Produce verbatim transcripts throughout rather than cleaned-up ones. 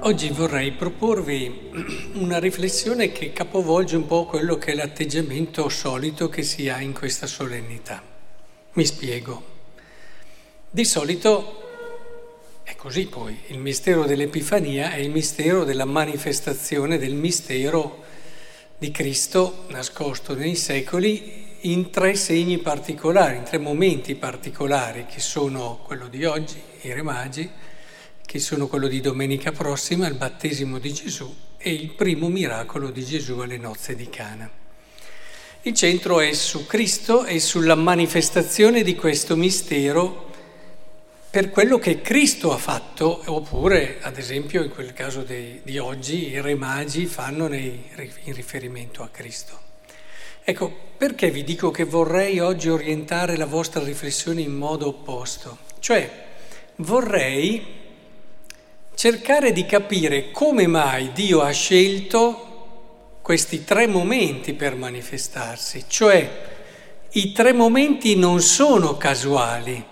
Oggi vorrei proporvi una riflessione che capovolge un po' quello che è l'atteggiamento solito che si ha in questa solennità. Mi spiego. Di solito è così poi, il mistero dell'Epifania è il mistero della manifestazione del mistero di Cristo nascosto nei secoli in tre segni particolari, in tre momenti particolari, che sono quello di oggi, i Re Magi, che sono quello di domenica prossima, il battesimo di Gesù e il primo miracolo di Gesù alle nozze di Cana. Il centro è su Cristo e sulla manifestazione di questo mistero per quello che Cristo ha fatto, oppure, ad esempio, in quel caso dei, di oggi, i Re Magi fanno nei, in riferimento a Cristo. Ecco, perché vi dico che vorrei oggi orientare la vostra riflessione in modo opposto? Cioè, vorrei cercare di capire come mai Dio ha scelto questi tre momenti per manifestarsi, cioè i tre momenti non sono casuali,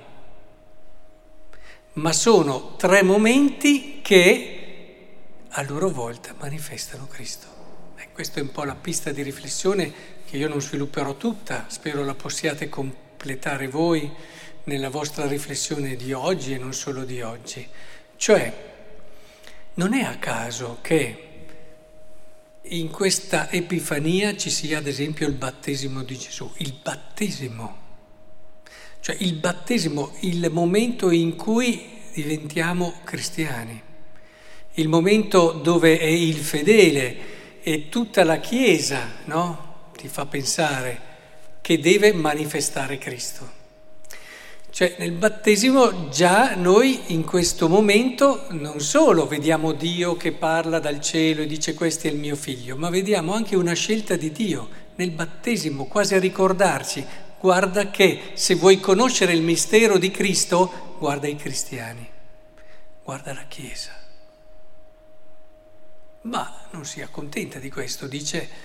ma sono tre momenti che a loro volta manifestano Cristo. E questa è un po' la pista di riflessione che io non svilupperò tutta, spero la possiate completare voi nella vostra riflessione di oggi e non solo di oggi. Cioè, non è a caso che in questa Epifania ci sia ad esempio il battesimo di Gesù, il battesimo, cioè il battesimo, il momento in cui diventiamo cristiani, il momento dove è il fedele e tutta la Chiesa, no? Ti fa pensare che deve manifestare Cristo. Cioè nel battesimo già noi in questo momento non solo vediamo Dio che parla dal cielo e dice questo è il mio figlio, ma vediamo anche una scelta di Dio nel battesimo, quasi a ricordarci, guarda che se vuoi conoscere il mistero di Cristo, guarda i cristiani, guarda la Chiesa. Ma non si accontenta di questo, dice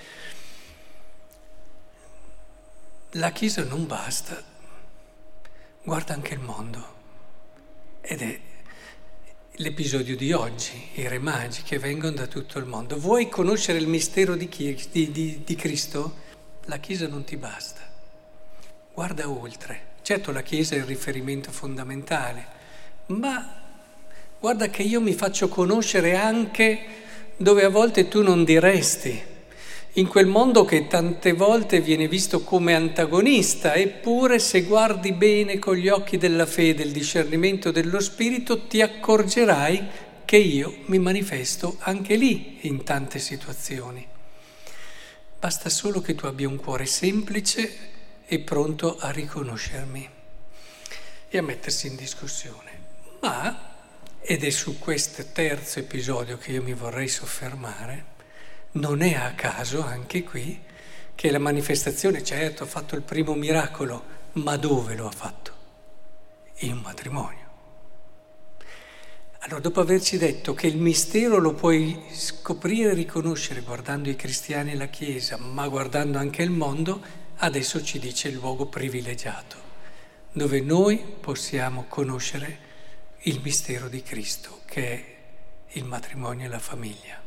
la Chiesa non basta, guarda anche il mondo. Ed è l'episodio di oggi, i Re Magi che vengono da tutto il mondo. Vuoi conoscere il mistero di, chi, di, di, di Cristo? La Chiesa non ti basta, guarda oltre. Certo la Chiesa è il riferimento fondamentale, ma guarda che io mi faccio conoscere anche dove a volte tu non diresti. In quel mondo che tante volte viene visto come antagonista, eppure se guardi bene con gli occhi della fede, il discernimento dello spirito, ti accorgerai che io mi manifesto anche lì in tante situazioni. Basta solo che tu abbia un cuore semplice e pronto a riconoscermi e a mettersi in discussione. Ma, ed è su questo terzo episodio che io mi vorrei soffermare, non è a caso anche qui che la manifestazione, certo, ha fatto il primo miracolo, ma dove lo ha fatto? In un matrimonio. Allora, dopo averci detto che il mistero lo puoi scoprire e riconoscere guardando i cristiani e la Chiesa, ma guardando anche il mondo, adesso ci dice il luogo privilegiato, dove noi possiamo conoscere il mistero di Cristo, che è il matrimonio e la famiglia.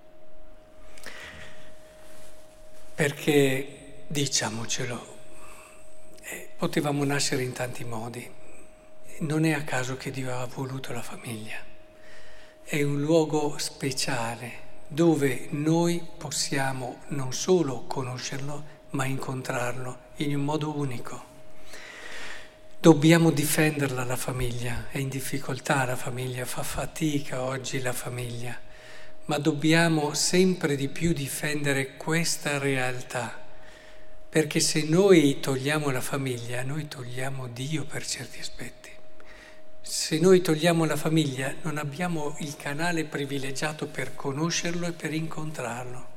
Perché, diciamocelo, eh, potevamo nascere in tanti modi. Non è a caso che Dio ha voluto la famiglia. È un luogo speciale dove noi possiamo non solo conoscerlo, ma incontrarlo in un modo unico. Dobbiamo difenderla la famiglia, è in difficoltà la famiglia, fa fatica oggi la famiglia. Ma dobbiamo sempre di più difendere questa realtà, perché se noi togliamo la famiglia, noi togliamo Dio per certi aspetti. Se noi togliamo la famiglia, non abbiamo il canale privilegiato per conoscerlo e per incontrarlo.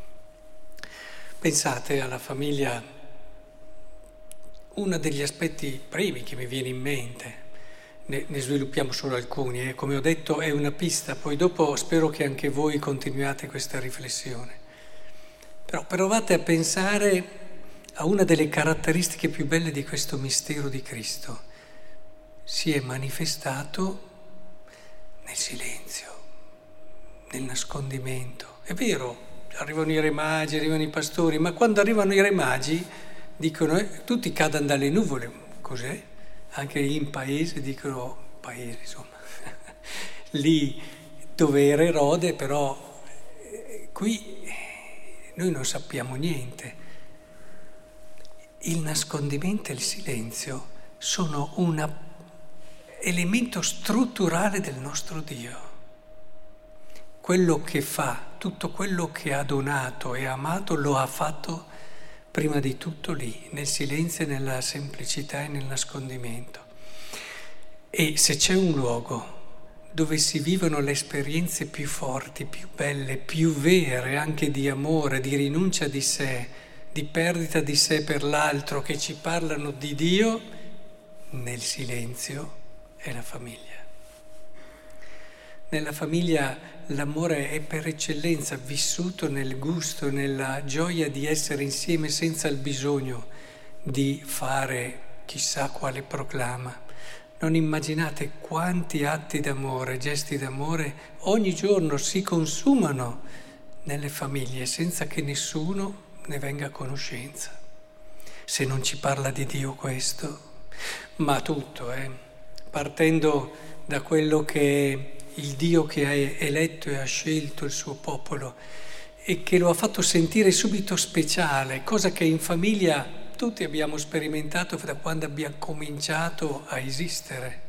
Pensate alla famiglia, uno degli aspetti primi che mi viene in mente. Ne, ne sviluppiamo solo alcuni, eh. Come ho detto è una pista, poi dopo spero che anche voi continuiate questa riflessione. Però provate a pensare a una delle caratteristiche più belle di questo mistero di Cristo. Si è manifestato nel silenzio, nel nascondimento. È vero, arrivano i re magi, arrivano i pastori, ma quando arrivano i re magi dicono eh, tutti cadano dalle nuvole, cos'è? Anche in paese dicono, paese insomma, lì dove era Erode, però eh, qui noi non sappiamo niente. Il nascondimento e il silenzio sono un elemento strutturale del nostro Dio. Quello che fa, tutto quello che ha donato e amato, lo ha fatto prima di tutto lì, nel silenzio, nella semplicità e nel nascondimento. E se c'è un luogo dove si vivono le esperienze più forti, più belle, più vere, anche di amore, di rinuncia di sé, di perdita di sé per l'altro, che ci parlano di Dio, nel silenzio è la famiglia. Nella famiglia l'amore è per eccellenza vissuto nel gusto, nella gioia di essere insieme senza il bisogno di fare chissà quale proclama. Non immaginate quanti atti d'amore, gesti d'amore ogni giorno si consumano nelle famiglie senza che nessuno ne venga a conoscenza. Se non ci parla di Dio questo, ma tutto, eh? Partendo da quello che è il Dio che ha eletto e ha scelto il suo popolo e che lo ha fatto sentire subito speciale, cosa che in famiglia tutti abbiamo sperimentato da quando abbiamo cominciato a esistere,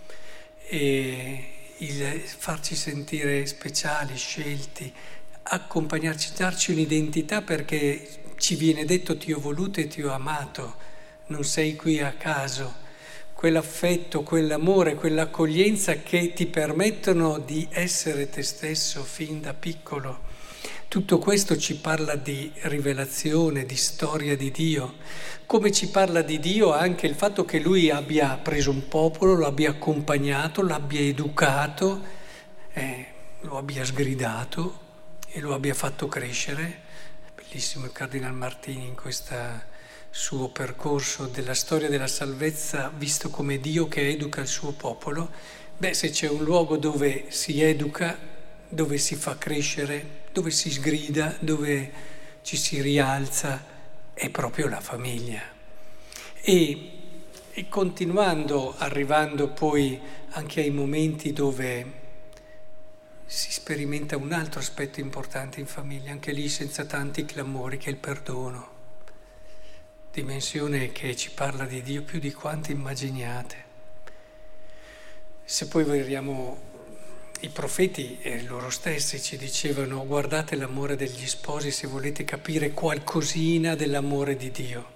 e il farci sentire speciali, scelti, accompagnarci, darci un'identità perché ci viene detto ti ho voluto e ti ho amato, non sei qui a caso. Quell'affetto, quell'amore, quell'accoglienza che ti permettono di essere te stesso fin da piccolo. Tutto questo ci parla di rivelazione, di storia di Dio. Come ci parla di Dio anche il fatto che Lui abbia preso un popolo, lo abbia accompagnato, l'abbia educato, eh, lo abbia sgridato e lo abbia fatto crescere. Bellissimo il Cardinal Martini in questa suo percorso della storia della salvezza, visto come Dio che educa il suo popolo. Beh, se c'è un luogo dove si educa, dove si fa crescere, dove si sgrida, dove ci si rialza, è proprio la famiglia. E, e continuando, arrivando poi anche ai momenti dove si sperimenta un altro aspetto importante in famiglia, anche lì senza tanti clamori, che è il perdono. Dimensione che ci parla di Dio più di quanto immaginiate. Se poi vediamo i profeti e loro stessi ci dicevano guardate l'amore degli sposi se volete capire qualcosina dell'amore di Dio.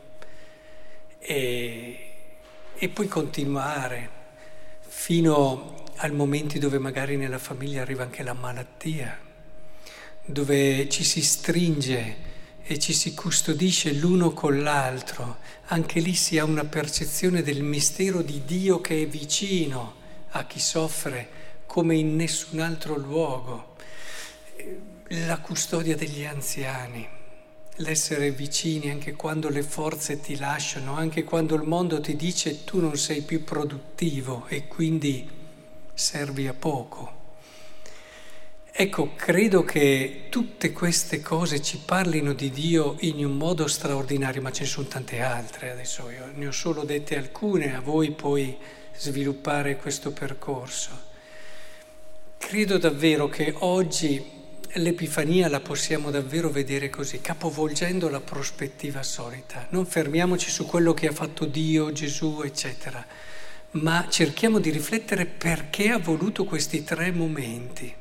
E, e poi continuare fino al momento dove magari nella famiglia arriva anche la malattia, dove ci si stringe e ci si custodisce l'uno con l'altro. Anche lì si ha una percezione del mistero di Dio che è vicino a chi soffre come in nessun altro luogo. La custodia degli anziani, l'essere vicini anche quando le forze ti lasciano, anche quando il mondo ti dice tu non sei più produttivo e quindi servi a poco. Ecco, credo che tutte queste cose ci parlino di Dio in un modo straordinario, ma ce ne sono tante altre. Adesso io ne ho solo dette alcune, a voi poi sviluppare questo percorso. Credo davvero che oggi l'Epifania la possiamo davvero vedere così, capovolgendo la prospettiva solita. Non fermiamoci su quello che ha fatto Dio, Gesù, eccetera, ma cerchiamo di riflettere perché ha voluto questi tre momenti.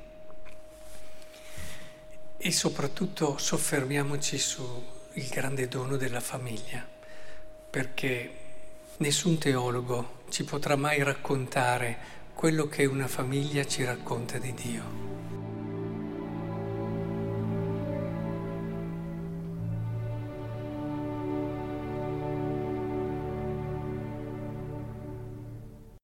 E soprattutto soffermiamoci sul grande dono della famiglia, perché nessun teologo ci potrà mai raccontare quello che una famiglia ci racconta di Dio.